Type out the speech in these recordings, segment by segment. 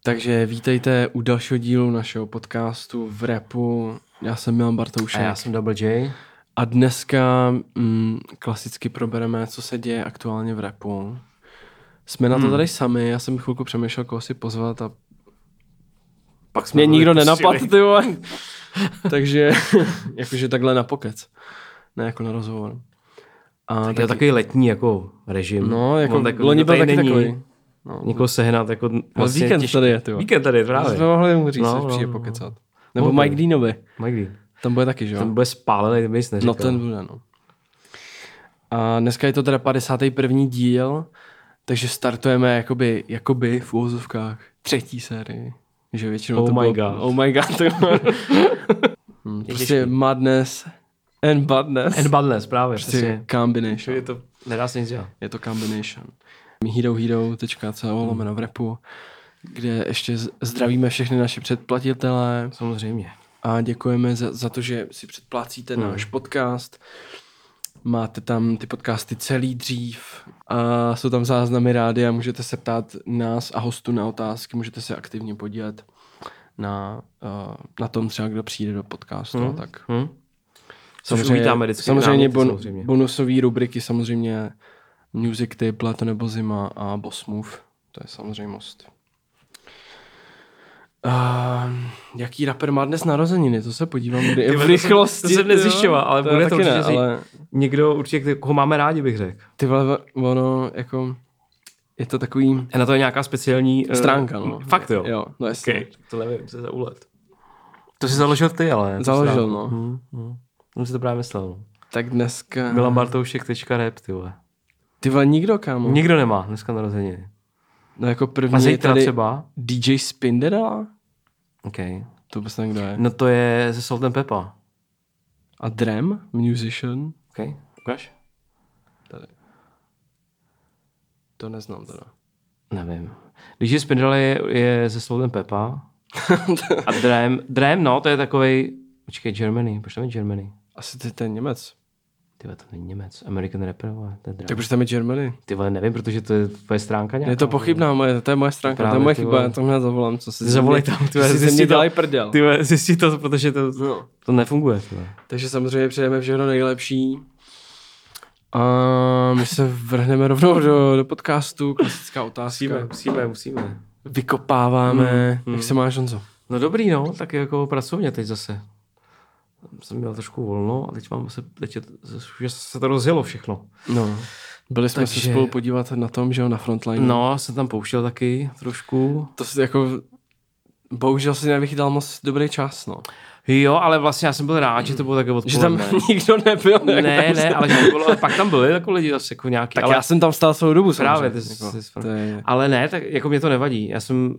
Takže vítejte u dalšího dílu našeho podcastu v rapu. Já jsem Milan Bartoušek. A já jsem Double J. A dneska klasicky probereme, co se děje aktuálně v rapu. Jsme na to tady sami, já jsem chvilku přemýšlel, koho si pozvat a pak mě nikdo nenapadl, ty vole. Takže jakože takhle na pokec, ne jako na rozhovor. A tak je takový letní jako režim. No, jako loni byl taky takový. No, někoho sehnat jako vlastně víkend těžký. Tady je, ty. Víkend tady je právě. Jsme mohli mu říct, že přijde pokecat. Nebo Mike Deanovi. Mike Dean. Tam bude taky, že jo? Ten bude spálený, ty bys neříkal. No ten bude, no. A dneska je to teda 51. díl, takže startujeme jakoby v úvozovkách 3. sérii. Že většinou to bylo... God. Oh my god. Prostě madness and badness. And badness, právě. Prostě combination. Je to, nedá se nic dělat. Je to combination. herohero.co v rapu, kde ještě zdravíme všechny naše předplatitele. Samozřejmě. A děkujeme za to, že si předplácíte náš podcast. Máte tam ty podcasty celý dřív a jsou tam záznamy rádia, můžete se ptát nás a hostů na otázky, můžete se aktivně podílet na tom třeba, kdo přijde do podcastu. Tak. Samozřejmě bonusové rubriky, samozřejmě music tip, léto nebo zima a boss move. To je samozřejmost. Jaký rapper má dnes narozeniny? To se podívám v rychlosti. To jsem nezjišťoval, ale to bude to určitě ale... někdo určitě, koho máme rádi, bych řekl. Ty vole, ono jako je to takový... Je na to nějaká speciální... stránka, no. Fakt jo? Jo, no jasně. Okay. To nevím, co je za úlet. To jsi založil ty, ale... Založil, no. On si to právě myslel. No. Tak dneska... milanbartoušek.rap, ty vole. Ty vole, nikdo, kámo. Nikdo nemá dneska narozeniny. No jako první je tady třeba DJ Spindera. OK. To vůbec nevím, kdo je. No to je ze Salt and Pepper. A Drem, musician. OK, ukáž. Tady. To neznám teda. Nevím. DJ Spindera je ze Salt and Pepper. A Drem, no, to je takovej... Počkej, Germany, proč tam je Germany? Asi to je Němec. Ty to není Němec, American rapper, to je Drem. Tak proč tam je Germany? Ty vole, nevím, protože to je tvoje stránka nějaká. Je to pochybná, to je moje stránka, právě, to je moje chyba, já to hned zavolám, co si zavolej tam, ty si mě dělají prdel. Ty zjistí to, protože to nefunguje. Tyhle. Takže samozřejmě přejeme všechno nejlepší. A my se vrhneme rovnou do podcastu, klasická otázka. Musíme. Vykopáváme. Jak se máš, Honzo? No dobrý, no, tak jako pracovně teď zase. Jsem měl trošku volno a teď se to rozjelo všechno. No, byli jsme se spolu podívat na tom, že jo, na Frontline. No, jsem tam pouštěl taky trošku. To si jako, bohužel si nevychytal moc dobrý čas, no. Jo, ale vlastně já jsem byl rád, že to bylo takové odpoledne. Že tam nikdo nebyl. Ne, ale že to bylo, pak tam byli jako lidi zase jako nějaký. Tak ale já jsem tam stál celou dobu. Právě, ale ne, tak jako mě to nevadí. Já jsem...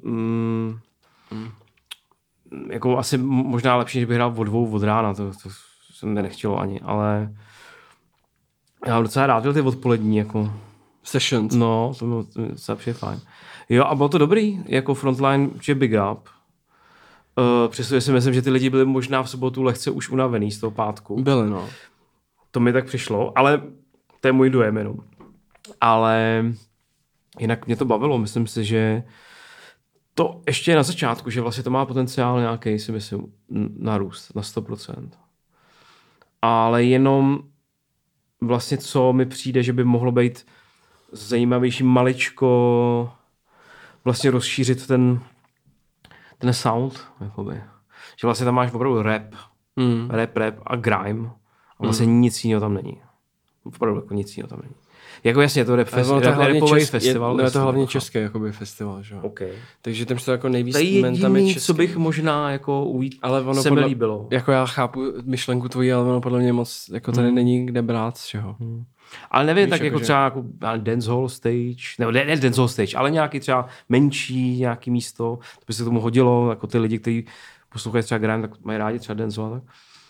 jako asi možná lepší, než bych hrál od 2 od rána, to se mi nechtělo ani, ale já mám docela rád ty odpolední jako sessions. No, to bylo docela fajn. Jo, a bylo to dobrý, jako Frontline, že big up. Přestože si myslím, že ty lidi byli možná v sobotu lehce už unavený z toho pátku. Byli, no. To mi tak přišlo, ale to je můj dojem jenom. Ale jinak mě to bavilo, myslím si, že to ještě je na začátku, že vlastně to má potenciál nějaký, si myslím, narůst na 100%. Ale jenom vlastně co mi přijde, že by mohlo být zajímavější maličko vlastně rozšířit ten sound, jakoby. Že vlastně tam máš opravdu rap a grime a vlastně nic jiného tam není. Opravdu jako nic jiného tam není. Jako jasně, to rapový festival. Je to hlavně český jakoby festival, že jo. Okay. Takže tam to jako nejvíc momentami je jediný, co bych možná jako ale ono se mi líbilo. Jako já chápu myšlenku tvojí, ale ono podle mě moc jako tady není kde brát z čeho. Ale nevím, víš, tak jako třeba jako dancehall stage, nebo ne dancehall stage, ale nějaký třeba menší nějaký místo, to by se k tomu hodilo, jako ty lidi, kteří poslouchají třeba grime, tak mají rádi třeba dancehall.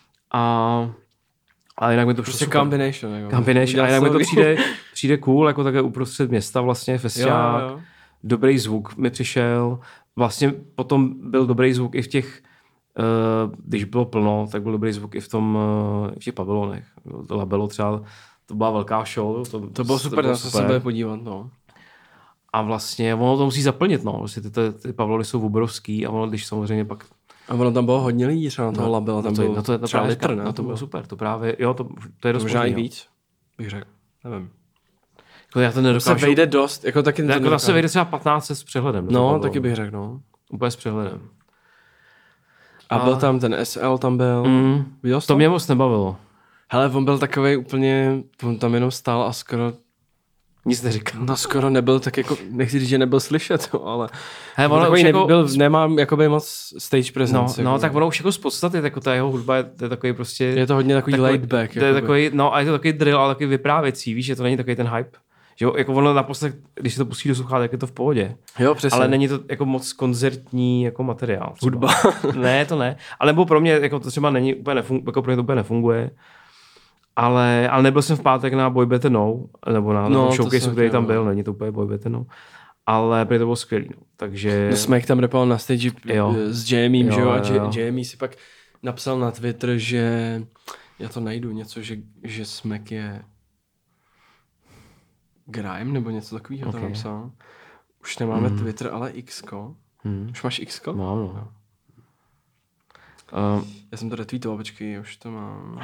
Ale jinak mi to prostě combination. A jinak mi to přijde cool, jako také uprostřed města vlastně, festiák. Jo. Dobrý zvuk mi přišel. Vlastně potom byl dobrý zvuk i v těch, když bylo plno, tak byl dobrý zvuk i v těch pavilonech. Labelo třeba, to byla velká show. To bylo super, já se bude podívat, no. A vlastně ono to musí zaplnit, no. Vlastně ty Pavlovny jsou obrovský a ono, když samozřejmě pak... A ono tam bylo hodně lidí třeba na toho labela, tam byl třeba litr, ne? No to bylo super, to právě, jo, to je dost možná i víc, bych řekl, nevím. Jako já to nedokážu... Se vejde dost, jako taky... Jako ta se vejde třeba 15 s přehledem. No, taky bych řekl, no. Úplně s přehledem. A byl tam ten SL, tam byl. Viděl jsi to? Mě moc nebavilo. Hele, on byl takovej úplně, on tam jenom stál a skoro... Nic neříkal. No skoro nebyl tak jako, nechci říct, že nebyl slyšet, ale... Hele, ono už jako... nemám jakoby moc stage presence. No, tak ono už jako z podstaty, jako ta jeho hudba je takový prostě... Je to hodně takový laid back. To je takový, no a je to takový drill, ale takový vyprávěcí, víš, že to není takový ten hype. Že jo, jako ono naposled, když se to pustí do sluchátek, tak je to v pohodě. Jo, přesně. Ale není to jako moc koncertní jako materiál. Třeba. Hudba. Ne, to ne. Ale nebo pro mě jako to třeba není úplně jako pro mě to úplně nefunguje. Ale nebyl jsem v pátek na Boy Better Know, nebo na showcase, který tam byl, není to úplně Boy Better Know. Ale pro mě to bylo skvělý. No. Takže... Smack tam rapal na stage s Jamiem, že jo? A Jamie si pak napsal na Twitter, že já to najdu něco, že Smack je grime, nebo něco takového tam napsal. Už nemáme Twitter, ale Xko. Už máš Xko? Mám, no. Já jsem to retweetoval, počkej, už to mám.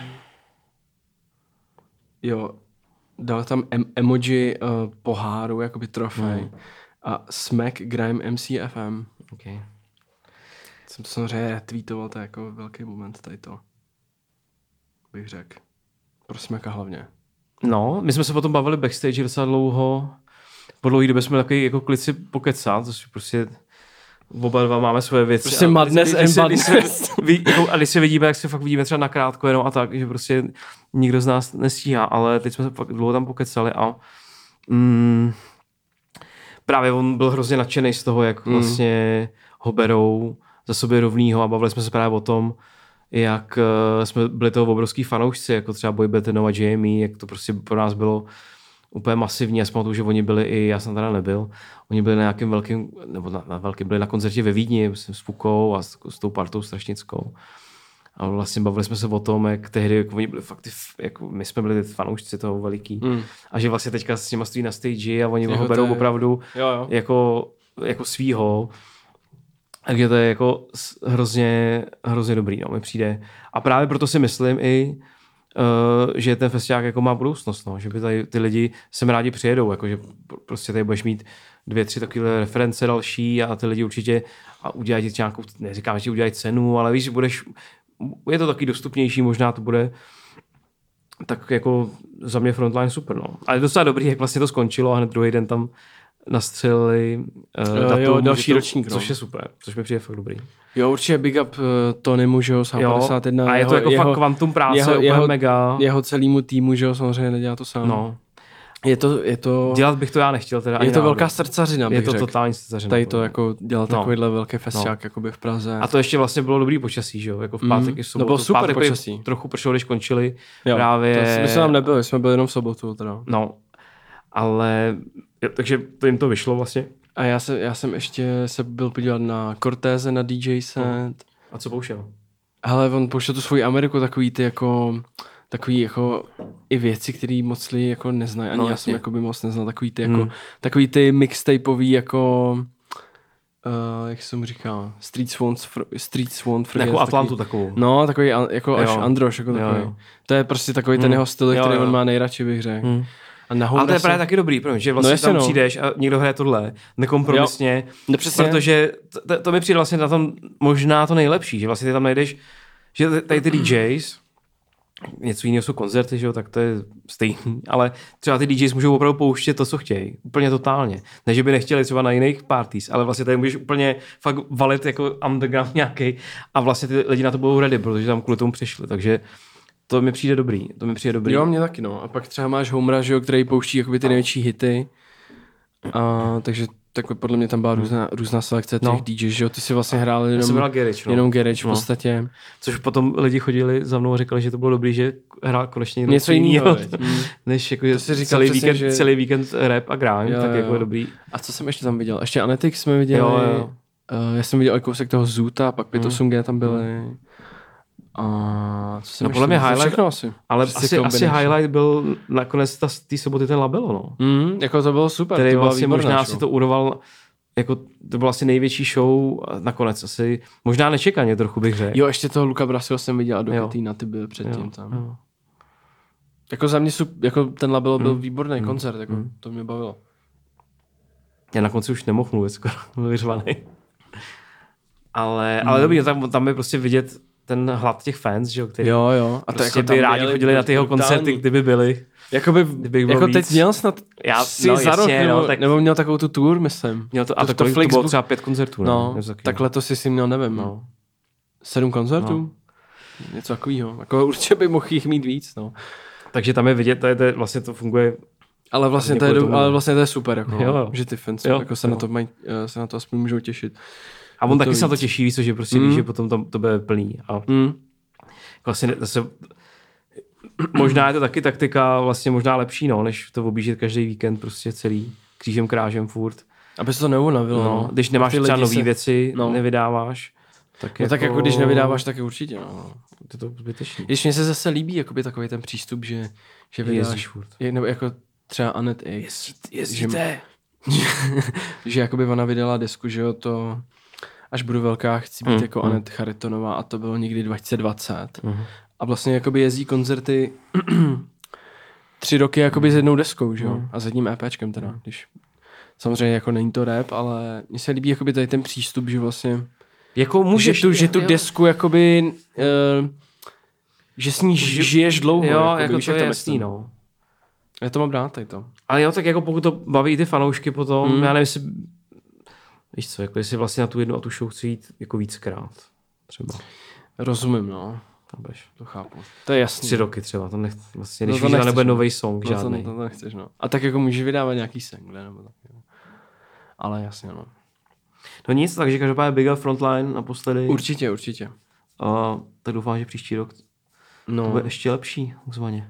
Jo, dal tam emoji poháru, jakoby trofej. A Smack Grime MCFM. Okay. Jsem to samozřejmě retweetoval, to je jako velký moment tady to. Bych řekl. Pro Smacka hlavně. No, my jsme se potom bavili backstage docela dlouho. Po dlouhé době jsme takový jako klici pokecat, což prostě oba dva máme svoje věci. Prostě madness and madness. A když se vidíme, tak se fakt vidíme třeba nakrátko jenom a tak, že prostě nikdo z nás nestíhá, ale teď jsme se fakt dlouho tam pokecali a právě on byl hrozně nadšený z toho, jak vlastně ho berou za sobě rovnýho a bavili jsme se právě o tom, jak jsme byli toho obrovský fanoušci, jako třeba Boy Better Know a Jamie, jak to prostě pro nás bylo úplně masivní. Já si pamatuju, že oni byli i, já jsem teda nebyl, oni byli na nějakým velkým, nebo byli na koncertě ve Vídni s Fukou a s tou partou strašnickou. A vlastně bavili jsme se o tom, jak tehdy jako oni byli fakt, jako my jsme byli fanoušci toho veliký. A že vlastně teďka s nima stojí na stage a oni ho berou opravdu jako svýho. Takže to je jako hrozně dobrý, no, mi přijde. A právě proto si myslím i, že ten festiák jako má budoucnost, no, že by tady ty lidi sem rádi přijedou, jako, že prostě tady budeš mít 2-3 takové reference další a ty lidi určitě a udělají nějakou, neříkám, že udělají cenu, ale víš, je to taky dostupnější, možná to bude tak jako za mě Frontline super, no. Ale docela dobrý, jak vlastně to skončilo a hned druhý den tam nastřelili další ročník, což je super, což mi přijde fakt dobrý. Jo, určitě big up Tonymu, že jo, 51. A je to jako fakt kvantum práce, úplně mega. Jeho celýmu týmu, že jo, samozřejmě nedělá to sám. No. Je to... Dělat bych to já nechtěl teda. Je to velká srdcařina, bych řekl. řekl. Je to totální srdcařina. Tady to jako dělat takovýhle velký festiák jakoby v Praze. A to ještě vlastně bylo dobrý počasí, že jo, jako v pátek i v sobotu. To bylo super počasí. Trochu pršelo, když končili. Jo, právě... my jsme tam nebyli, jsme byli jenom v sobotu teda. No, ale... Takže to jim to vyšlo vlastně. A já jsem ještě se byl podívat na Cortéze, na DJ set. A co pouštěl? Hele, on pouštěl tu svoji Ameriku, takový jako i věci, které moc lidi jako neznají. Ani já jsem jako by moc neznal takový ty mixtapeový jako jak jsem mu říkal, Street Swan jako Atlantu takovou. No, takový jako až Androš, jako takový. Jo. To je prostě takový ten jeho styl, který on má nejradši, bych řekl. Ale to je právě taky dobrý, že vlastně tam přijdeš a někdo hraje tohle nekompromisně, protože to mi přijde vlastně na tom možná to nejlepší, že vlastně ty tam najdeš, že tady ty DJs, něco jiného jsou koncerty, že jo, tak to je stejný, ale třeba ty DJs můžou opravdu pouštět to, co chtějí, úplně totálně. Ne, že by nechtěli třeba na jiných parties, ale vlastně tady můžeš úplně fakt valit jako underground nějaký a vlastně ty lidi na to budou ready, protože tam kvůli tomu přišli, takže to mi přijde dobrý. Jo, mě taky, no. A pak třeba máš Homera, že jo, který pouští jakoby ty největší hity. A takže takhle podle mě tam byla různá selekce těch DJs, že jo. Ty si vlastně hrál jenom Garage v podstatě. Což potom lidi chodili za mnou a říkali, že to bylo dobrý, že hrál konečně něco jiného. Než jako celý víkend rap a grime, tak jako je dobrý. A co jsem ještě tam viděl? Ještě Anetics jsme viděli. Já jsem viděl kousek toho Zoota, pak 58G tam byly. A co se podle mě highlight, všechno asi. Ale asi highlight byl nakonec té soboty ten Labelo, no. Jako to bylo super. Který to vlastně možná show. si to uroval, jako to byl asi největší show nakonec asi, možná nečekaně trochu bych řekl. Jo, ještě toho Luca Brasiho jsem viděl a do Katina, ty byl předtím tam. Jo. Jako za mě jako ten Labelo byl výborný koncert, jako to mě bavilo. Já na konci už nemohl mluvit, skoro byl vyřvaný. Ale dobrý, tam je prostě vidět ten hlad těch fans, že jo, který jo. A to prostě jako by rádi chodili na ty jeho koncerty, kdyby byli. Jako teď měl snad za rok, nebo měl takovou tu tour, myslím. Měl to, a to bylo třeba 5 koncertů. No, tak letos jsi měl, nevím, 7 koncertů? No. Něco takového. Jako určitě by mohl jich mít víc, no. Takže tam je vidět, vlastně to funguje. Ale vlastně to je super, jako, jo. Že ty fans jako se na to aspoň můžou těšit. A on taky se na to těší, víc, že prostě ví, že potom to bude plný. A vlastně možná je to taky taktika vlastně možná lepší, no, než to objíždět každý víkend prostě celý křížem krážem furt. Aby se to neunavilo. No, když nemáš třeba nový věci, nevydáváš. Tak jako když nevydáváš, tak určitě. No. Je to zbytečný. Když mně se zase líbí jakoby takový ten přístup, že vydáš furt. Nebo jako třeba Anet X. Jezdíte. Že jakoby ona vydala desku, že jo, to Až budu velká, chci být jako Anet Charitonová a to bylo někdy 2020. A vlastně jakoby jezdí koncerty 3 roky jakoby s jednou deskou, že jo? A s jedním EPčkem teda, když samozřejmě jako není to rap, ale mně se líbí jakoby tady ten přístup, že vlastně jako můžeš, že tu desku jakoby že s ní žiješ dlouho. Jo, jakoby, jako víš, to je to jasný, no. Já to mám rád tady to. Ale jo, tak jako pokud to baví ty fanoušky potom, já nevím, jestli víš co, jako jestli vlastně na tu jednu a tu show chci jít jako víckrát. Třeba. Rozumím, no. To chápu. To je jasný. 3 roky třeba, to vlastně, když víš, nebude nový song žádný. To nechceš, no. A tak jako můžeš vydávat nějaký single, nebo tak. Ale jasně, no. No nic, takže každopádně Big Up Frontline naposledy. Určitě. Tak doufám, že příští rok to bude ještě lepší, takzvaně.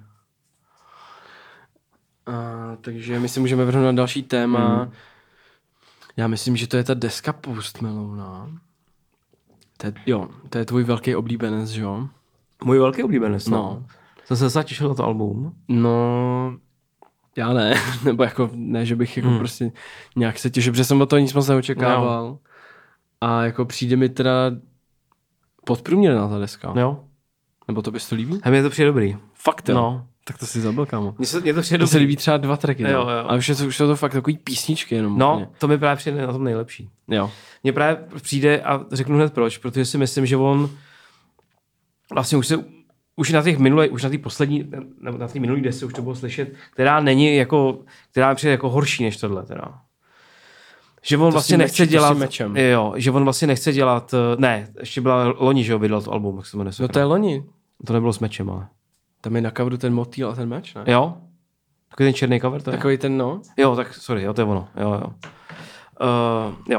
Takže my si můžeme vrhnout na další téma. Já myslím, že to je ta deska Post Malone. To je tvůj velký oblíbenec, že jo? Můj velký oblíbenec, no. Jsem se zase těšil na to album. No, já ne. Nebo jako, ne, že bych jako prostě nějak se těšil, protože jsem o toho nic moc neočekával. No. A jako přijde mi teda podprůměrná ta deska. Jo. Nebo to bys to líbí? A mně to přijde dobrý. Fakt, jo? No. Tak to si zabil, kámo. Mně to přijde dobrý. Se líbí třeba 2 tracky. Jo. A už jsou to fakt takový písničky jenom. No, úplně. to mi právě přijde na tom nejlepší. Jo. Mně právě přijde, a řeknu hned proč, protože si myslím, že on vlastně už na těch minulých, už na té poslední, nebo na té minulý desce už to bylo slyšet, která není jako, která mi přijde jako horší než tohle teda. Že on vlastně nechce dělat, že on vlastně nechce dělat, ne, ještě byla loni, že ho vydal to album, jak se jmenuje. No to je loni. To nebylo s mečem, ale. Tam je na coveru ten motýl a ten meč, ne? Jo. Takový ten černý cover, to je? Takový ten, no. Jo, tak sorry, jo, to je ono. Jo.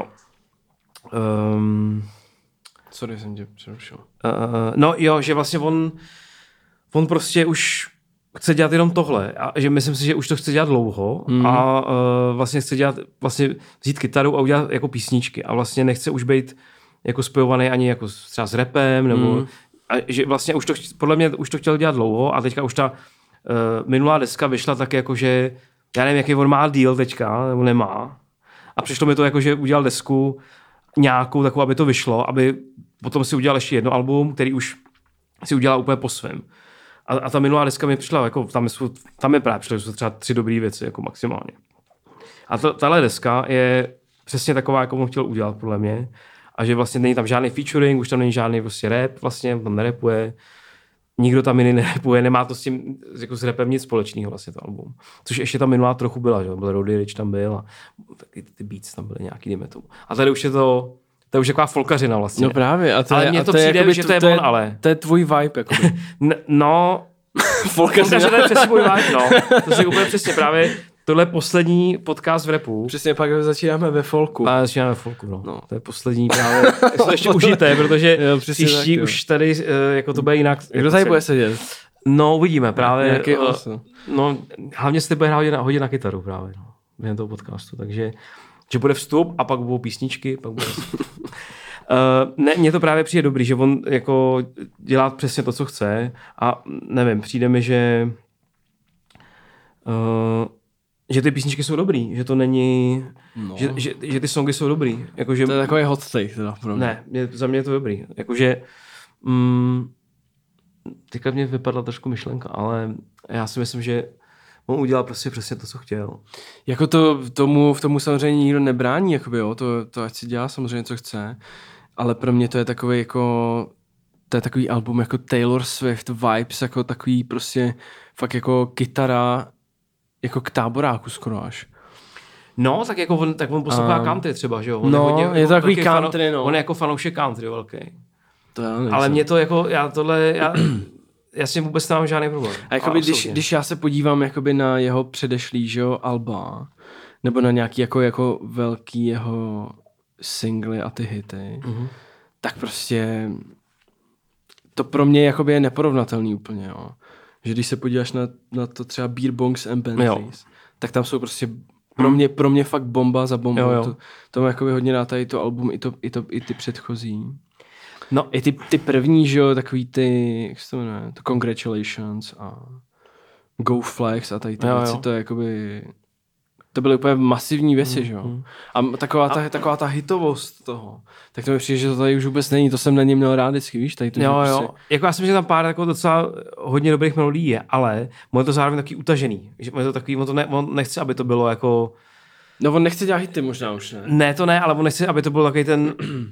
Sorry, jsem tě přerušil. No jo, že vlastně on prostě už chce dělat jenom tohle. A že myslím si, že už to chce dělat dlouho a vlastně chce dělat, vlastně vzít kytaru a udělat jako písničky a vlastně nechce už být jako spojovaný ani jako třeba s rapem nebo a že vlastně už to, podle mě už to chtěl dělat dlouho a teďka už ta minulá deska vyšla tak jako, že já nevím, jaký on má deal teďka, nebo nemá. A přišlo mi to jako, že udělal desku nějakou takovou, aby to vyšlo, aby potom si udělal ještě jedno album, který už si udělal úplně po svém. A ta minulá deska mi přišla, jako tam je právě přišlo, že jsou třeba 3 dobré věci, jako maximálně. A tahle deska je přesně taková, jako on chtěl udělat, podle mě. A že vlastně není tam žádný featuring, už tam není žádný prostě rap, vlastně tam nerapuje. Nikdo tam jiný nerapuje, nemá to s tím, jako s rapem nic společného vlastně to album. Což ještě ta minulá trochu byla, že byl Roddy Ricch tam byl a taky ty beats tam byly nějaký, dejme tomu. A tady už je to je už taková folkařina vlastně. No právě. Ale mně to přijde, že to je on, ale. To je tvůj vibe, jakoby. No, folkařina to je přesně můj vibe, no. To je úplně přesně právě. Tohle je poslední podcast v rapu. Přesně, pak začínáme ve folku. A začínáme ve folku, no. To je poslední právě. To ještě užité, protože příští už tady jako to bude jinak. Kdo tady bude sedět? No, uvidíme právě. Nějaký no, hlavně se bude hodit na kytaru právě, no. Během toho podcastu, takže že bude vstup a pak budou písničky, pak bude... Ne, mně to právě přijde dobrý, že on jako dělá přesně to, co chce a nevím, přijde mi, že ty písničky jsou dobrý, že to není, že ty songy jsou dobrý. Jako, že, to je takový hot take teda pro mě. Ne, za mě je to dobrý. Jakože teďka mě vypadla trošku myšlenka, ale já si myslím, že on udělal prostě přesně to, co chtěl. Jako v tomu samozřejmě nikdo nebrání, jakoby, jo, to ať si dělá samozřejmě, co chce, ale pro mě to je takový jako, to je takový album jako Taylor Swift vibes, jako takový prostě fakt jako kytara, jako k táboráku skoro až. No, tak jako on poslouchá country třeba, že jo? On je to takový country, no. On je jako fanoušek country velký. To já nejsem. Ale mě to jako, já s tím vůbec nemám žádný problém. A jakoby, když já se podívám jakoby na jeho předešlý, že jo, alba, nebo na nějaký jako velký jeho singly a ty hity, tak prostě to pro mě jakoby je neporovnatelný úplně, jo. Že když se podíváš na to třeba Beer Bongs and Bentleys, tak tam jsou prostě pro mě fakt bomba za bombou. Jo. To mám jakoby hodně rád tady to album i ty předchozí. No i ty první, že jo, takový ty, jak se to jmenuje, to Congratulations a Go Flex a tady ty věci, to je jakoby, to byly úplně masivní věci, že jo. A taková ta hitovost toho, tak to mi přijde, že to tady už vůbec není, to jsem na něm měl rád vždycky, víš, tady to. Jo. Prostě... Jako já si myslím, že tam pár jako docela hodně dobrých melodií je, ale on je to zároveň taky utažený, že on je to takový, on nechce, aby to bylo jako... No on nechce dělat hity možná už, ne? Ne, to ne, ale on nechce, aby to byl takový ten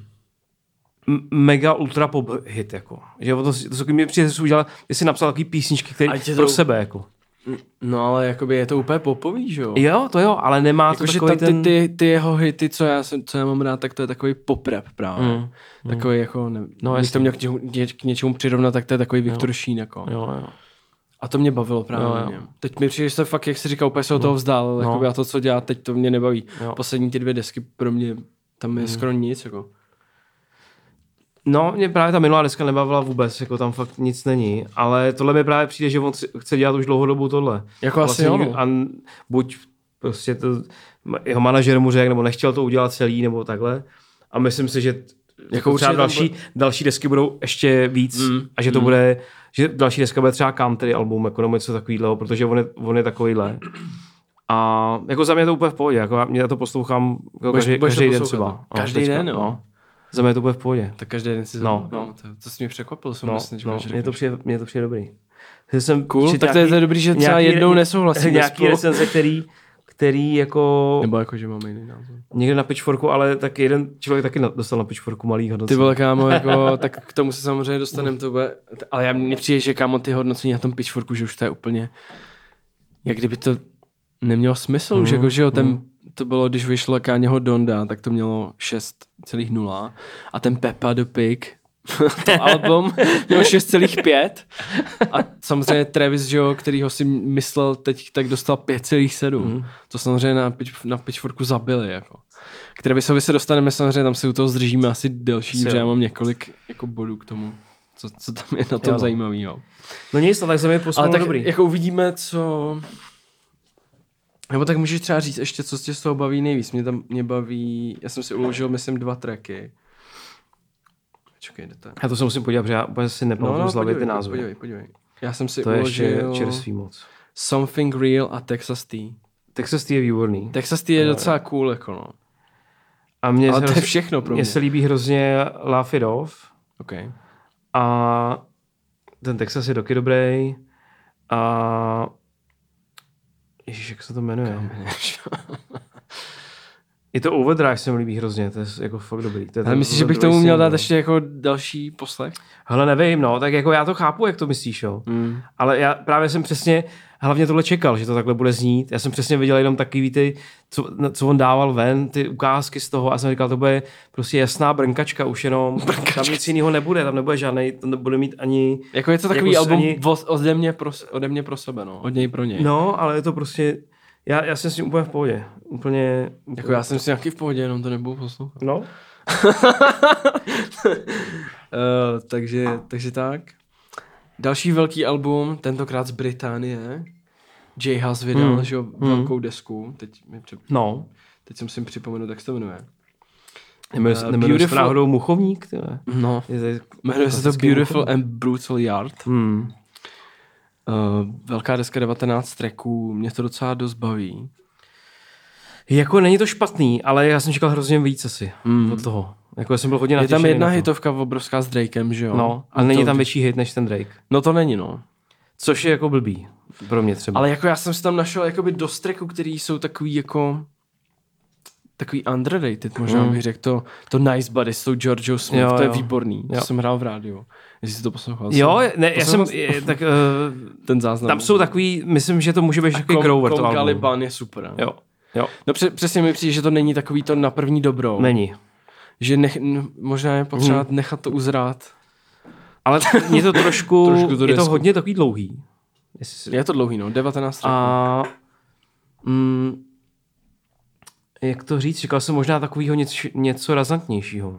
mega ultra pop hit, jako. Že to mi přijde, že udělal, jestli napsal takový písničky, které pro sebe, jako. No ale jakoby je to úplně popový, že jo? Jo, to jo, ale nemá jako, to takový ten... Ty jeho hity, co já mám rád, tak to je takový pop-rap právě. Takový jako, když to měl k něčemu přirovnat, tak to je takový Viktor Šín, jako. Jo. A to mě bavilo právě. Jo. Teď mi přijde, že se fakt, jak jsi říkal, úplně se od toho vzdál, jakoby, a to, co dělá teď, to mě nebaví. Poslední ty 2 desky pro mě, tam je skoro nic, jako. No, mě právě ta minulá deska nebavila vůbec, jako tam fakt nic není, ale tohle mi právě přijde, že on chce dělat už dlouhodobu tohle. Jako vlastně asi jo. A buď prostě to, jeho manažer mu řekl, nebo nechtěl to udělat celý, nebo takhle. A myslím si, že jako třeba další desky budou ještě víc a že to bude, že další deska bude třeba country album, jako něco takovýhleho, protože on je takovýhle. A jako za mě je to úplně v pohodě, jako já to poslouchám jako každý den třeba. Každý den, jo. Za mě to bude v pohodě. Tak každý den si to jsi mě překvapil, Mně to přijde dobrý. Cool, tak to je dobrý, že třeba jednou nesouhlasíme nějaký recenze, který jako... Nebo jako, že máme jiný názor. Někde na Pitchforku, ale tak jeden člověk taky dostal na Pitchforku malý hodnocení. Ty vole, kámo, jako, tak k tomu se samozřejmě dostaneme, to bude, ale mně přijde, že kámo, ty hodnocení na tom Pitchforku, že už to je úplně, jak kdyby to nemělo smysl, že, jako, že jo, to bylo, když vyšlo Kanyeho Donda, tak to mělo 6,0 a ten Peppa the Pig, to album, mělo 6,5 a samozřejmě Travis, že jo, který ho si myslel teď, tak dostal 5,7. To samozřejmě na Pitchforku zabili, jako. K Travisovi se dostaneme, samozřejmě tam se u toho zdržíme asi delší, protože já mám několik jako bodů k tomu, co tam je na tom zajímavého. No nic, tak se mi posunul dobrý. Jako uvidíme, co... Nebo tak můžeš třeba říct ještě, co tě z toho baví nejvíc. Mě baví, já jsem si uložil, myslím, 2 tracky. Čekej, jdete. Já to se musím podívat, protože já úplně si nepamatuju z hlavy ty názvy. Podívej. Já jsem si to uložil... To je ještě čerstvý moc. Something Real a Texas Tea. Texas Tea je výborný. Texas Tea je docela cool, jako no. Ale to je všechno pro mě. Mně se líbí hrozně Laugh It Off. Okay. A ten Texas je taky dobrý. A ježiš, jak se to jmenuje? I to Overdrive se mi líbí hrozně, to je jako fakt dobrý. Ale myslíš, že bych tomu měl dát ještě jako další poslech? Hele, nevím, no, tak jako já to chápu, jak to myslíš, jo. Ale já právě jsem přesně, hlavně tohle čekal, že to takhle bude znít. Já jsem přesně viděl jenom takový ty, co on dával ven, ty ukázky z toho a jsem říkal, to bude prostě jasná brnkačka, už jenom, tam nic jiného nebude, tam nebude žádnej, to nebude mít ani... Jako je to takový jako album ode mě pro sebe, no, od něj pro něj. No, ale je to prostě... Já jsem s tím úplně v pohodě. Úplně... Jako já jsem si nějaký v pohodě, jenom to nebudu poslouchat. No. takže tak. Další velký album, tentokrát z Británie. J Hus vydal, velkou desku. Teď jsem si připomenu, tak se to jmenuje. Jmenuje se náhodou Muchovník? Tyhle. No, jmenuje se to Beautiful and Brutal Yard. Velká deska 19 tracků, mě to docela dost baví. Jako není to špatný, ale já jsem čekal hrozně víc asi od toho. Jako já jsem byl hodně natěšený. Je tam jedna hitovka obrovská s Drakem, že jo? No, ale není tam větší hit než ten Drake. No to není, no. Což je jako blbý pro mě třeba. Ale jako já jsem si tam našel jakoby dost tracků, který jsou takový jako takový underrated, možná bych řekl to Nice Buddy s tou Georgiou Smith, jo, to je výborný. To jsem hrál v rádiu. Jestli jsi to poslouchal. Jo, ne, já jsem, tak ten záznam. Tam jsou takový, myslím, že to může být takový grower to album. Caliban je super. Jo. No přesně mi přijde, že to není takový to na první dobrou. Není. Že možná je potřeba nechat to uzrát. Ale je to trošku je to hodně takový dlouhý. Je to dlouhý, no, 19 tracků. A jak to říct, říkal jsem možná takovýho něco razantnějšího.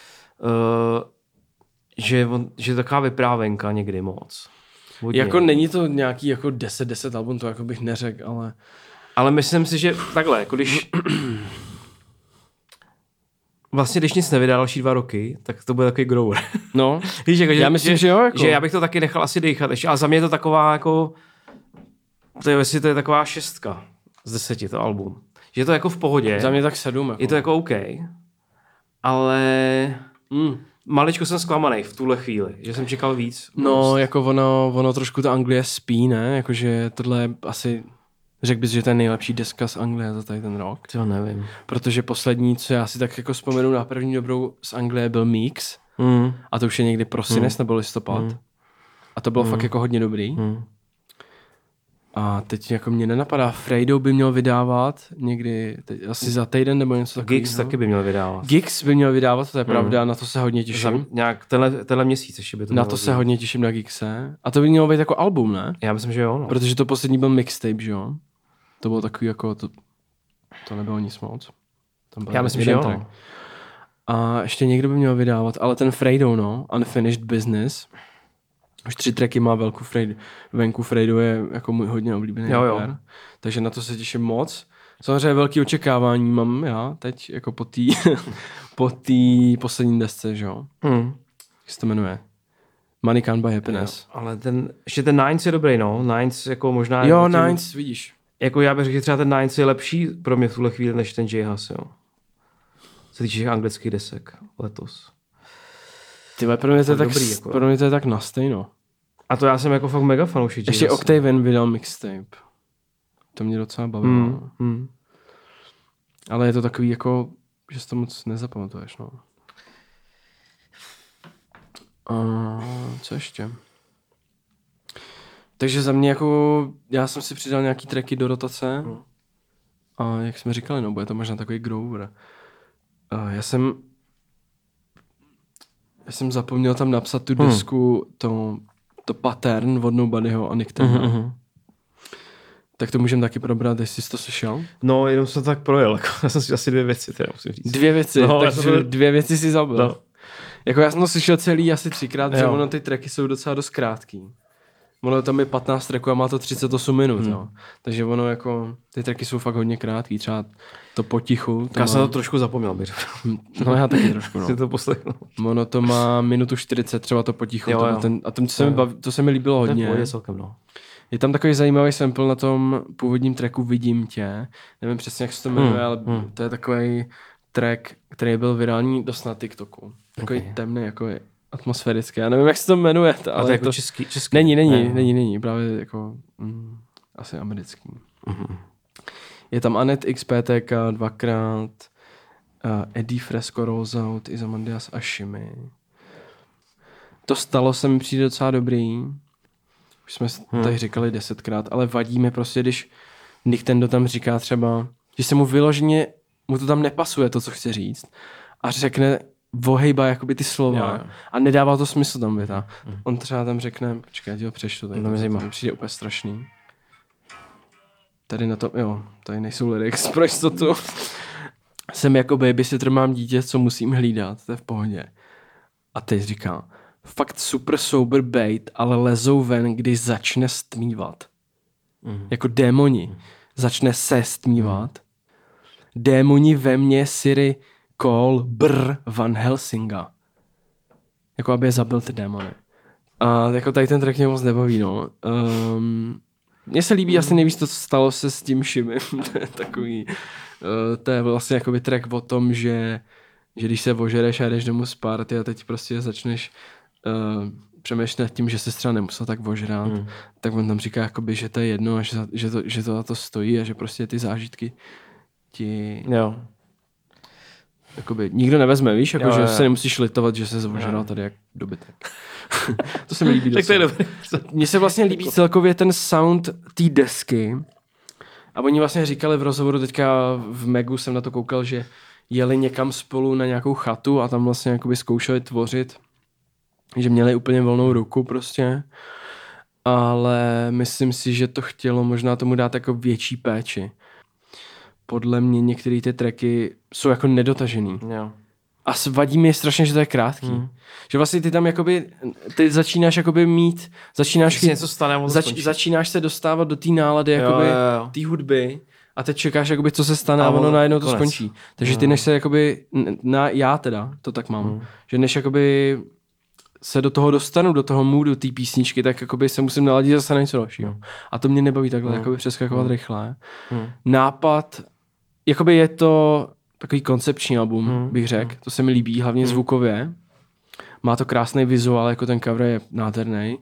Že taková vyprávěnka někdy moc. Hodně. Jako není to nějaký jako 10 album, to jako bych neřekl, ale... Ale myslím si, že takhle, jako když... Vlastně, když nic nevydá další 2 roky, tak to bude takový grower. No, víš, jako, já myslím, že jo. Jako... Že já bych to taky nechal asi dýchat ještě, ale za mě je to taková jako... To je taková 6 z 10 to album. Že je to jako v pohodě. Za mě tak 7. Jako. Je to jako OK. Ale... Maličko jsem zklamaný v tuhle chvíli, že jsem čekal víc. No, jako ono trošku ta Anglie spí, ne? Jakože tohle je asi... Řekl bys, že to je nejlepší deska z Anglie za tady ten rok? To nevím. Protože poslední, co já si tak jako vzpomenu na první dobrou z Anglie, byl Mix. A to už je někdy prosinec nebo listopad. A to bylo fakt jako hodně dobrý. A teď jako mě nenapadá, Fredo by měl vydávat někdy, asi za týden nebo něco takového. Giggs taky by měl vydávat. Giggs by měl vydávat, to je pravda, na to se hodně těším. Nějak tenhle měsíc ještě by to na to se hodně těším na Giggse. A to by mělo být jako album, ne? Já myslím, že jo. No. Protože to poslední byl mixtape, že jo? To bylo takový jako, to nebylo nic moc. Já myslím, že jo. No. A ještě někdo by měl vydávat, ale ten Fredo, no, Unfinished Business, už 3 tracky má venku. Fredo je jako můj hodně oblíbený rapper, takže na to se těším moc. Samozřejmě velký očekávání mám já teď, jako po té poslední desce, že jo. Jak se to jmenuje? Money Can't Buy Happiness. Jo, ale ještě ten Nines je dobrý, no. Nines jako možná... Jo, Nines, vidíš. Jako já bych řekl, že třeba ten Nines je lepší pro mě v tuhle chvíli, než ten J-Hus, jo. Co týče těch anglických desek letos. Tyhle, pro mě to je tak nastejno. A to já jsem jako fakt mega fanoušek. Ještě Octavian vydal mixtape. To mě docela bavilo. Ale je to takový jako, že si to moc nezapamatuješ, no. A co ještě? Takže za mě jako, já jsem si přidal nějaký tracky do rotace a jak jsme říkali, no, bude to možná takový grower. Já jsem zapomněl tam napsat tu desku, to Pattern od Nobodyho a Nicktown. Tak to můžeme taky probrat, jestli jsi to slyšel. No, jenom jsem to tak projel. Já jsem si asi 2 věci, teda musím říct. 2 věci? No, takže 2 věci si zabil. No. Jako já jsem to slyšel celý asi 3krát, že ono ty tracky jsou docela dost krátký. Ono tam je 15 tracků a má to 38 minut, jo. Takže ono jako, ty tracky jsou fakt hodně krátký, třeba to Potichu. Já jsem to trošku zapomněl, bych řekl. No já taky trošku, no. Si to poslechnu. Ono to má minutu 40, třeba to Potichu. Jo. To se mi líbilo hodně. To je celkem, no. Je tam takový zajímavý sample na tom původním tracku Vidím tě. Nevím přesně, jak se to jmenuje, ale to je takový track, který byl virální dost na TikToku. Takový temný, jako atmosférický. Já nevím, jak se to jmenuje. Ale to jako český? Není. Právě jako asi americký. Je tam Anet XPTK 2krát, Eddie Fresco Roseout, Izamandias a Shimmy. To Stalo se mi přijde docela dobrý. Už jsme tady říkali 10krát, ale vadí mi prostě, když Nick tam říká třeba, že se mu vyloženě, mu to tam nepasuje to, co chce říct a řekne vohejba jakoby ty slova a nedává to smysl tam věta. On třeba tam řekne, počkej, já ti ho přečtu, tady to přijde úplně strašný. Tady na to, tady nejsou lyrics pro jistotu. Jsem jako babysitter, mám dítě, co musím hlídat, to je v pohodě. A teď říká, fakt super sober bait, ale lezou ven, když začne stmívat. Jako démoni. Začne se stmívat. Démoni ve mně, Siri, Call Brr Van Helsinga. Jako aby je zabil ty démony. A jako tady ten track mě moc nebaví, no. Mně se líbí asi nejvíc to, co stalo se s tím Shimim. To je takový, to je vlastně jakoby track o tom, že když se ožereš a jdeš domů z party a teď prostě začneš přemýšlet nad tím, že se třeba nemusel tak ožrát, tak on tam říká, jakoby, že to je jedno a že to za to stojí a že prostě ty zážitky ti... Jo. Jakoby, nikdo nevezme, víš, jako, že se nemusíš litovat, že se zvožeral tady jak dobytek. To se mi líbí docela. Tak to je dobré. Mně se vlastně líbí celkově ten sound té desky. A oni vlastně říkali v rozhovoru, teďka v Megu jsem na to koukal, že jeli někam spolu na nějakou chatu a tam vlastně jakoby zkoušeli tvořit, že měli úplně volnou ruku prostě. Ale myslím si, že to chtělo možná tomu dát jako větší péči. Podle mě některé ty tracky jsou jako nedotažený. Jo. A vadí mi strašně, že to je krátký. Že vlastně ty tam jakoby, ty začínáš jakoby mít, něco stane, začínáš se dostávat do té nálady jakoby té hudby a teď čekáš jakoby, co se stane a ono najednou to skončí. Takže ty než se jakoby, já teda to tak mám, že než jakoby se do toho dostanu, do toho moodu té písničky, tak jakoby se musím naladit zase na něco dalšího. A to mě nebaví takhle jakoby přeskakovat rychle. Nápad, jakoby je to takový koncepční album, bych řekl. To se mi líbí, hlavně zvukově. Má to krásný vizuál, jako ten cover je nádherný.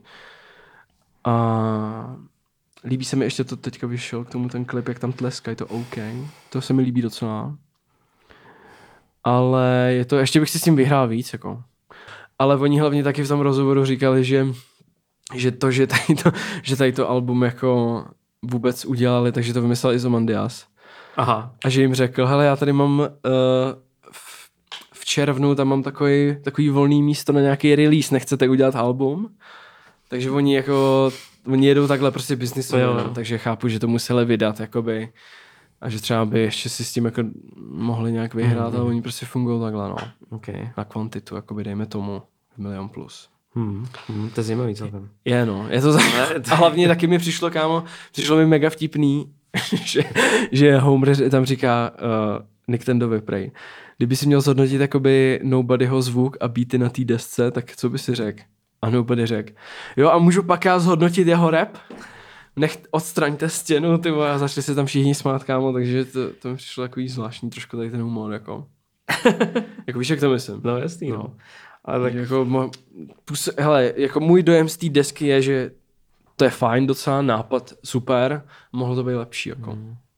A líbí se mi ještě to, teďka vyšel k tomu ten klip, jak tam tleskají, to OK. To se mi líbí docela. Ale je to, ještě bych si s tím vyhrál víc, jako. Ale oni hlavně taky v tom rozhovoru říkali, že tady to album jako vůbec udělali, takže to vymyslel Izomandias. Aha. A že jim řekl, hele, já tady mám v červnu, tam mám takový volný místo na nějaký release, nechcete udělat album? Takže oni jedou takhle prostě biznisově, takže chápu, že to museli vydat, jakoby, a že třeba by ještě si s tím jako mohli nějak vyhrát, ale oni prostě fungují takhle, no. Okay. Na kvantitu, jakoby dejme tomu 1 milion plus. To je zajímavý celkem. Je to zajímavé. A hlavně taky mi přišlo mi mega vtipný, že Homer tam říká Nintendovi prej. Kdyby si měl zhodnotit jakoby Nobodyho zvuk a beaty na té desce, tak co by si řekl? A Nobody řekl. Jo, a můžu pak já zhodnotit jeho rap? Odstraňte stěnu, ty vole, a začali se tam všichni smát, kámo, takže to mi přišlo takový zvláštní trošku tady ten humor, jako. Jako víš, jak to myslím? No jasný, no. Ale tak jako, hele, jako můj dojem z té desky je, že to je fajn, docela nápad, super, mohlo to být lepší, jako.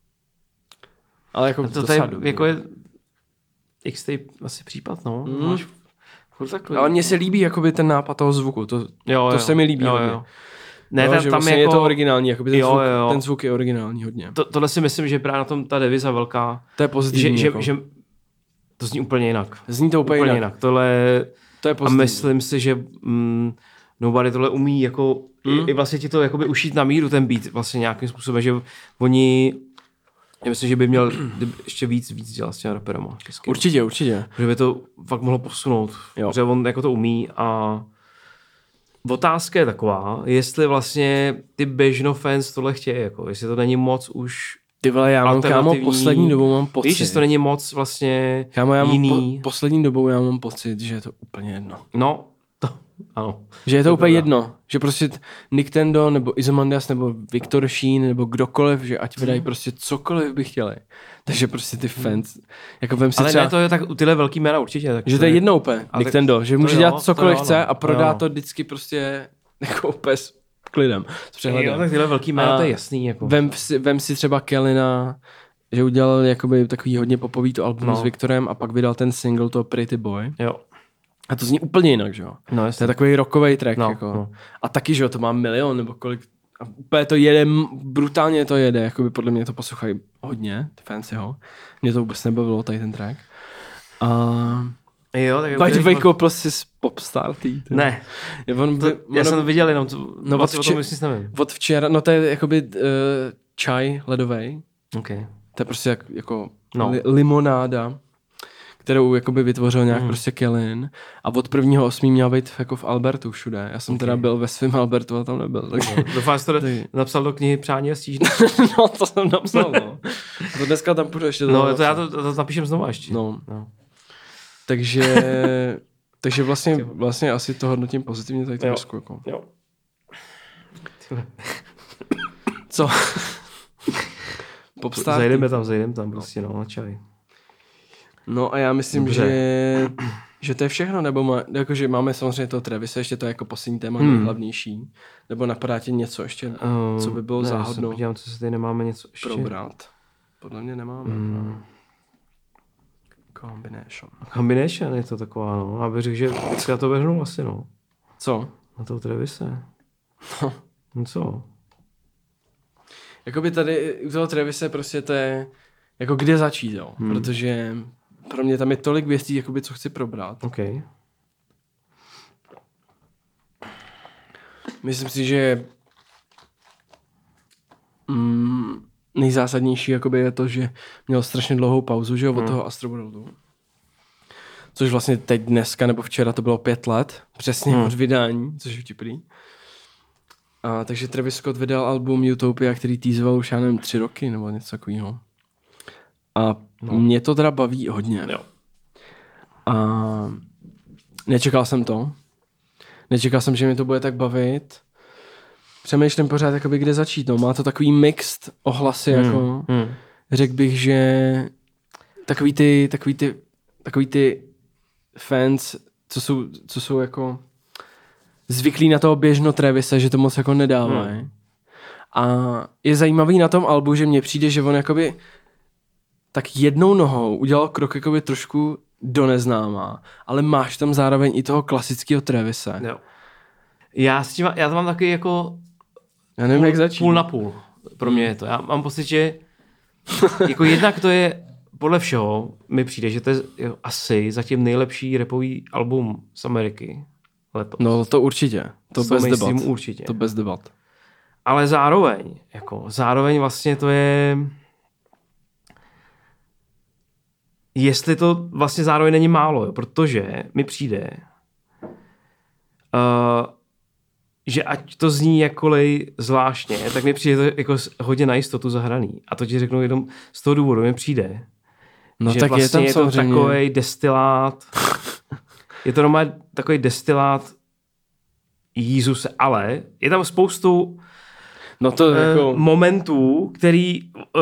Ale jako to je, jako je X-tape asi případ, no. Máš ale mně se líbí jakoby ten nápad toho zvuku, to se mi líbí. Jo. Ne, tam vlastně jako... je to originální, jakoby ten zvuk je originální hodně. Tohle si myslím, že právě na tom ta deviza velká. To je pozitivní. Že to zní úplně jinak. Zní to úplně jinak. Tohle to je pozitivní. A myslím si, že Nobody tohle umí jako i vlastně ti to jakoby ušít na míru ten beat vlastně nějakým způsobem, že oni, já myslím, že by měl ještě víc dělat s těmi raperama. Určitě. Že by to fakt mohlo posunout. Protože on jako to umí a otázka je taková, jestli vlastně ty běžno fans tohle chtějí, jako, jestli to není moc už ty vole, já mám, kámo, poslední dobou mám pocit. Víš, jestli to není moc vlastně jiný. Poslední dobou já mám pocit, že je to úplně jedno. No, ano. Že je to úplně jedno. Že prostě Nintendo, nebo Izomandias, nebo Viktor Sheen, nebo kdokoliv, že ať vydají prostě cokoliv by chtěli. Takže prostě ty fans, jako vem si ale třeba... ne, to je tak tyhle velký jména určitě. Tak že to je jedno úplně, Nintendo, že může dělat cokoliv chce a prodá to vždycky prostě jako úplně s klidem, s přehledem. Jo, tak tyhle velký jména, to je jasný. Jako. Vem si třeba Kellina, že udělal jakoby takový hodně popový to album s Viktorem a pak vydal ten single toho Pretty Boy. Jo. A to zní úplně jinak, že jo? No, to je takový rockový track, jako. No. A taky, že jo, to má 1 milion nebo kolik. A úplně to jede, brutálně to jede, jakoby podle mě to poslouchají hodně, ty fans jeho. Mě to vůbec nebavilo, tady ten track. Jo, tak by the way, koupil jsi z Popstar tý? Ne. Já jsem to viděl jenom, o tom nic nevím. Od včera, no to je jakoby čaj ledovej. Okay. To je prostě jako limonáda, kterou jakoby vytvořil nějak prostě Kellin. A od 1.8. měla být jako v Albertu všude. Já jsem teda byl ve svém Albertu a tam nebyl. Takže... Doufám, že to napsal do knihy Přání a stížnost. No, to jsem napsal, no. To dneska tam půjdu ještě. No, to já to napíšem znovu ještě. No. Takže vlastně asi to hodnotím pozitivně tady trošku. Jako. Jo. Co? Popstarty. Zajdeme tam prostě na čaj. No a já myslím, že to je všechno, nebo jakože máme samozřejmě to Travise, ještě to je jako poslední téma nejhlavnější, nebo napadá tě něco ještě, co by bylo záhodno. Podívám, co se tady nemáme něco ještě probrat. Podle mě nemáme. Combination je to taková, no. Já bych řekl, že já to vrhnul asi, no. Co? Na toho Travise. No co? Jakoby tady u toho Travise prostě to je jako kde začít, jo. Protože pro mě tam je tolik věcí, jakoby, co chci probrat. Okay. Myslím si, že nejzásadnější jakoby, je to, že měl strašně dlouhou pauzu, že jo, od toho Astroworldu. Což vlastně teď dneska nebo včera to bylo 5 let, přesně od vydání, což je vtipný. Takže Travis Scott vydal album Utopia, který teasoval už, já nevím, 3 roky nebo něco takového. A mě to teda baví hodně. Jo. A nečekal jsem to. Nečekal jsem, že mě to bude tak bavit. Přemýšlím pořád, jakoby, kde začít. No. Má to takový mixed ohlasy, jako. Řekl bych, že takový ty fans, co jsou jako zvyklí na toho běžno Travise, že to moc jako nedávají. A je zajímavý na tom albu, že mně přijde, že on jakoby tak jednou nohou udělal krok jakoby trošku do neznámá, ale máš tam zároveň i toho klasického Travise. Jo. Já to mám taky jako já nevím, jak začít. Půl na půl. Pro mě je to. Já mám pocit, že jako jednak to je podle všeho mi přijde, že to je asi zatím nejlepší rapový album z Ameriky letos. No to určitě. To bez debat. Určitě. To bez debat. Ale zároveň vlastně to je jestli to vlastně zároveň není málo, jo, protože mi přijde že ať to zní jakkoliv zvláštně, tak mi přijde to jako hodně na jistotu zahraný. A to ti řeknu jenom z toho důvodu, mi přijde, no, že tak vlastně je to takovej destilát, je to normálně takový destilát Jízuse, ale je tam spoustu momentů, který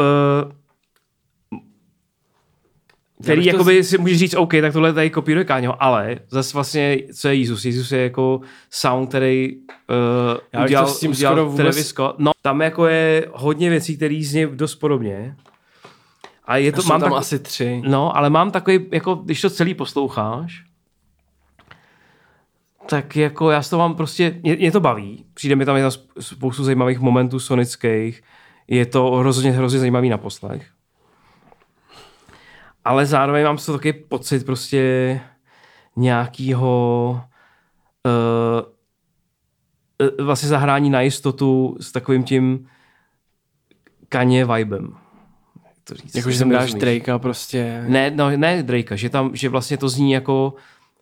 jakoby si můžeš říct, OK, tak tohle tady kopíruje Káňo, ale zase vlastně, co je Jízus? Jízus je jako sound, který udělal Travis Scott. No, tam jako je hodně věcí, které zní dost podobně. A je to, mám tam asi 3. No, ale mám takový, jako když to celý posloucháš, tak jako já s to mám prostě, mě to baví. Přijde mi tam spoustu zajímavých momentů sonických. Je to hrozně zajímavý na poslech. Ale zároveň mám z toho taky pocit prostě nějakýho vlastně zahrání na jistotu s takovým tím Kanye vibem. Jakože tam dáš Drakea prostě. Ne Drakea, že vlastně to zní jako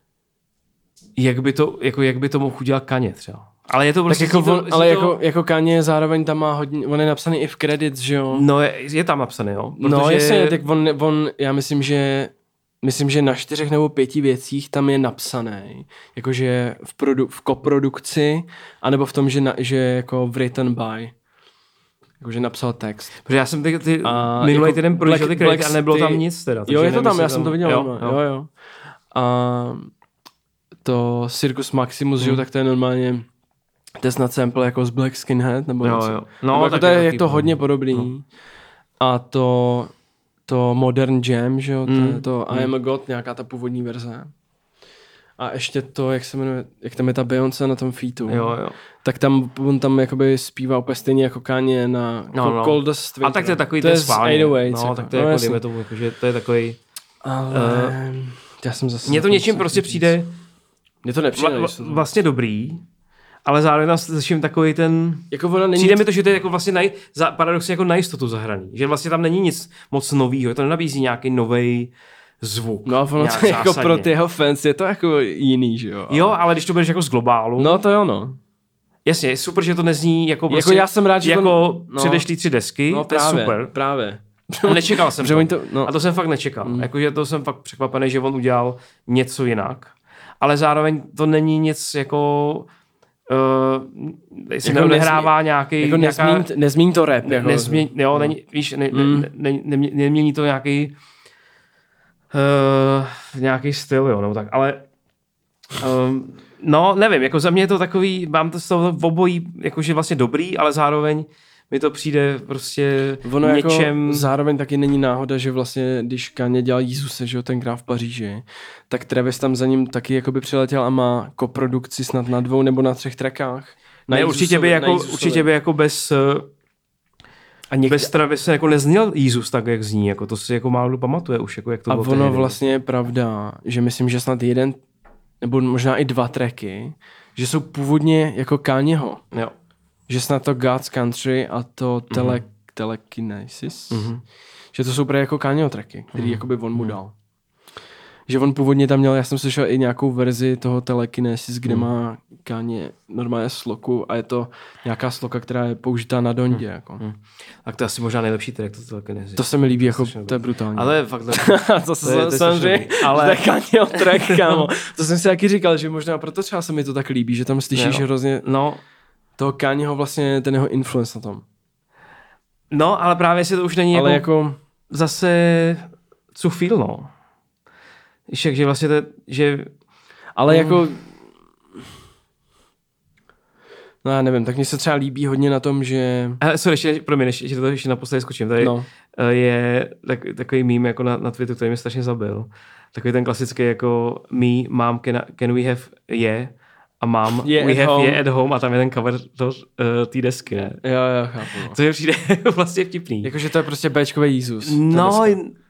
jak by to mohl udělat Kanye třeba. Ale je to prostě jako Kanye zároveň tam má hodně, on je napsaný i v credits, že jo? No je tam napsaný, jo. Protože... No jasně, tak on já myslím, že na 4 nebo 5 věcích tam je napsaný, jakože v koprodukci, anebo v tom, že jako written by, jakože napsal text. Protože já jsem minulý jako týden prošel ty kredity a nebylo tam nic teda. Jo, je to tam, já jsem to viděl. Jo. A to Circus Maximus, že jo, tak to je normálně to je snad sample jako z Black Skinhead, nebo něco. Jo. No, jako to je to hodně podobný. No. A to Modern Jam, že jo, to I Am a God, nějaká ta původní verze. A ještě to, jak tam je ta Beyoncé na tom featu. Jo. Tak on tam jakoby zpívá úplně stejně jako Kanye na Coldest Winter. A tak to je takový ten schválně. No, tak to je jako dejme tomu, že to je takový... Ale já jsem zase... Mně to něčím prostě přijde... Mně to nepřijde. Vlastně dobrý, ale zároveň tam slyším takový ten... Jako ona není... Přijde mi to, že to je jako vlastně paradoxně jako na jistotu zahraný. Že vlastně tam není nic moc novýho, to nenabízí nějaký nový zvuk. No a ono to jako pro ty jeho fans je to jako jiný, že jo? Jo, ale když to budeš jako z globálu... No to jo, no. Jasně, je super, že to nezní jako prostě... Jako já jsem rád, že jako předešlý 3 desky, no, to je super. Právě. Nečekal jsem Že to. oni to, no. A to jsem fakt nečekal. Jakože to jsem fakt překvapený, že on udělal něco jinak. Ale zároveň to není nic jako... Jako nehrává nějaký... Jako nezmíň to rap. Jako, není, víš, nemění to nějaký nějaký styl, jo, nebo tak, ale no, nevím, jako za mě je to takový, mám to z toho obojí, jakože vlastně dobrý, ale zároveň mi to přijde prostě ono něčem... Jako zároveň taky není náhoda, že vlastně, když Kanye dělal Jesuse, že jo, tenkrát v Paříži, tak Travis tam za ním taky jakoby přiletěl a má koprodukci snad na 2 nebo na 3 trackách. Ne, určitě by jako bez... Bez Travise jako nezněl Jesús tak, jak zní, jako to si jako málo kdo pamatuje už, jako jak to bylo. A ono vlastně je pravda, že myslím, že snad jeden, nebo možná i 2 tracky, že jsou původně jako Kanyeho. Jo. Že snad to God's Country a to Telekinesis, že to jsou právě jako Kanyeho tracky, který jakoby on mu dal. Že on původně tam měl, já jsem slyšel i nějakou verzi toho Telekinesis, kde má Kanye normálně sloku a je to nějaká sloka, která je použitá na Dondě. Jako. Tak to je asi možná nejlepší track, to Telekinesis. To se mi líbí, jako to je brutální. Ale fakt to se samozřejmě, ale to je Kanyeho track, kámo. To jsem si taky říkal, že možná proto třeba se mi to tak líbí, že tam slyšíš hrozně toho Kanyeho vlastně, ten jeho influence na tom. No, ale právě si to už není ale jako zase co feel, no. Však, že vlastně to, že... Ale jako... No já nevím, tak mně se třeba líbí hodně na tom, že... Sorry, ještě to ještě naposledy skočím. Tady je takový meme jako na Twitteru, který mě strašně zabil. Takový ten klasický jako me, mom, can we have a mám we have at home a tam je ten cover té desky, ne? Jo, chápu. No. To je přijde vlastně vtipný. Jakože to je prostě Bčkový Jesús. No,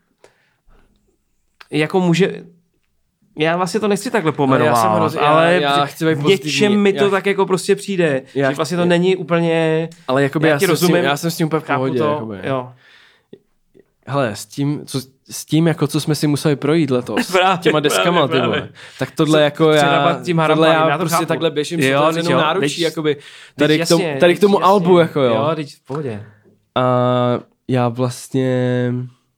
jako může... Já vlastně to nechci takhle pomenovat, ale já chci být něčem mi to tak jako prostě přijde, že vlastně to není úplně... Ale jakoby já jsem s tím úplně v pohodě. Jo. Hele, s tím, jako co jsme si museli projít letos, těma deskama, ty vole, tak tohle jako já prostě takhle běžím s otevřenou náručí, jakoby tady k tomu albu, jako jo. Jo, teď v pohodě. A já vlastně...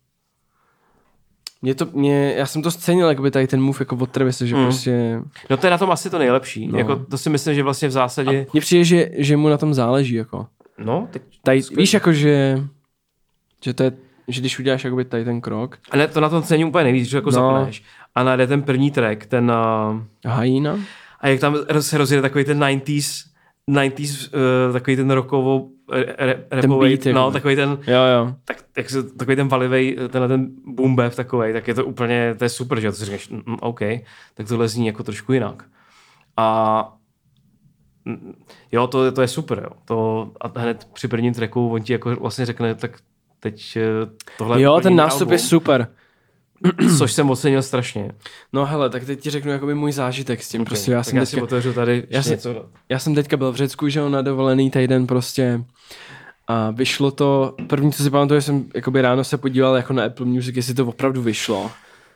Já jsem to scenil, jakoby tady ten move jako od Travise, že prostě... No to je na tom asi to nejlepší. No. Jako, to si myslím, že vlastně v zásadě... Mně přijde, že mu na tom záleží, jako. No, teď... Tady, víš, jako, že to je, že když uděláš jakoby tady ten krok... A ne, to na tom cením úplně nejvíc, že jako zapneš. A najde ten první track, ten... Hyena. A jak tam se rozjede takový ten 90s takový ten rockovou rapovej, no, takový ten, takový ten valivej, tenhle ten boom bap takovej, tak je to úplně, to je super, že to si říkáš, OK, tak tohle zní jako trošku jinak. A jo, to je super, jo. To, a hned při prvním tracku on ti jako vlastně řekne, tak teď tohle... Jo, ten nástup album, je super. Což jsem ocenil strašně. No hele, tak teď ti řeknu jakoby můj zážitek s tím. Okay, prostě já si otevřu tady já jsem teďka byl v Řecku, že na dovolený týden prostě a vyšlo to, první co si pamatuju, jsem jakoby ráno se podíval jako na Apple Music, jestli to opravdu vyšlo.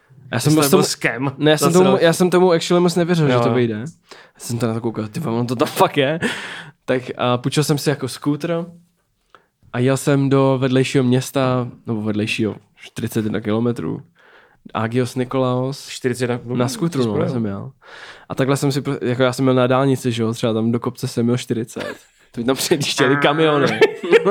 Já jsem tomu actually moc nevěřil, že to vyjde. Já jsem to na to koukal, on to tam fakt je. Tak a půjčil jsem si jako skútr a jel jsem do vedlejšího města, nebo vedlejšího 41 kilometrů. Agios Nikolaos 41 na skutru, no, jsem jel. A takhle jsem si, jako já jsem měl na dálnici, že jo, třeba tam do kopce jsem měl 40. To tam předjížděli kamiony.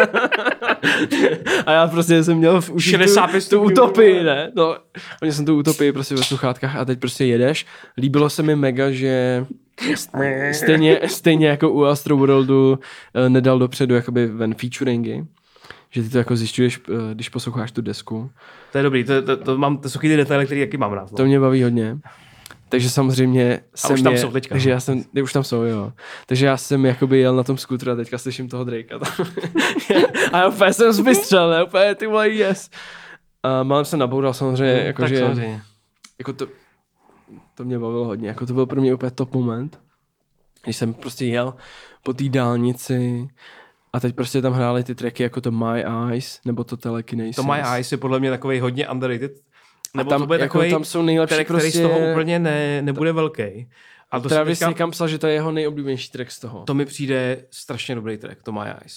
A já prostě jsem měl už tu utopii, ne? No, oni jsem tu utopii prostě ve sluchátkách a teď prostě jedeš. Líbilo se mi mega, že stejně jako u Astroworldu nedal dopředu jakoby ven featuringy. Že ty to jako zjišťuješ, když posloucháš tu desku. To je dobrý, to jsou ty detaily, které taky mám rád. To mě baví hodně. Takže samozřejmě už tam jsou teďka. Takže už tam jsou, jo. Takže já jsem jakoby jel na tom skútru a teďka slyším toho Drakea. A já úplně jsem zbystřel, ne? Úplně ty vole, yes. A málem jsem naboural samozřejmě, jakože... Jako to mě bavilo hodně. Jako to byl pro mě úplně top moment. Když jsem prostě jel po té dálnici a teď prostě tam hrály ty tracky jako to My Eyes nebo to Telekinesis. To My Eyes je podle mě takovej hodně underrated. Nebo tam, to bude jako takovej, tam jsou nejlepší track, prostě... který z toho úplně nebude velký. A to Travis někam psal, že to je jeho nejoblíbenější track z toho. To mi přijde strašně dobrý track, to My Eyes.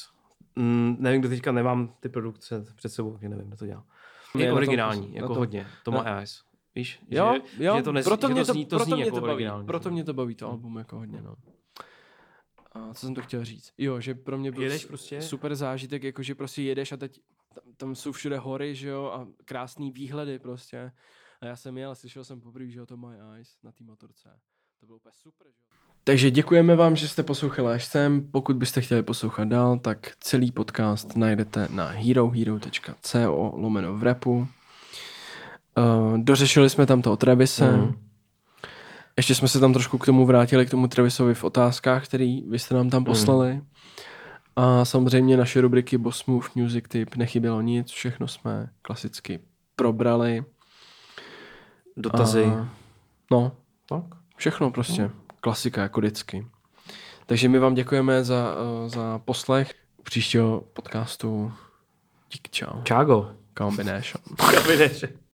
Nevím, kdo teďka nemám ty produkce před sebou, nevím, kdo to dělá. Je na originální, tom- jako na to- hodně. To má Eyes. Víš? Jo, že to nezní, proto že mě to zní, to zní jako baví, originální. proto mě to baví, to album jako hodně, no. A co jsem to chtěl říct? Jo, že pro mě byl Jedeš prostě? super zážitek, jako že prostě jedeš a teď tam jsou všude hory, že jo, a krásný výhledy prostě. A já jsem jel, slyšel jsem poprvé, že jo, to My Eyes na té motorce. To bylo úplně super, že jo. Takže děkujeme vám, že jste poslouchali až sem. Pokud byste chtěli poslouchat dál, tak celý podcast najdete na herohero.co/v-rapu. Dořešili jsme tam toho Travise. Ještě jsme se tam trošku k tomu vrátili, k tomu Travisovi v otázkách, který vy jste nám tam poslali. A samozřejmě naše rubriky Boss Move, Music Tip, nechybělo nic, všechno jsme klasicky probrali. Dotazy. No, Tak. všechno prostě. Klasika, jako vždycky. Takže my vám děkujeme za poslech. U příštího podcastu dík, čau. Čágo. Combination. Combination.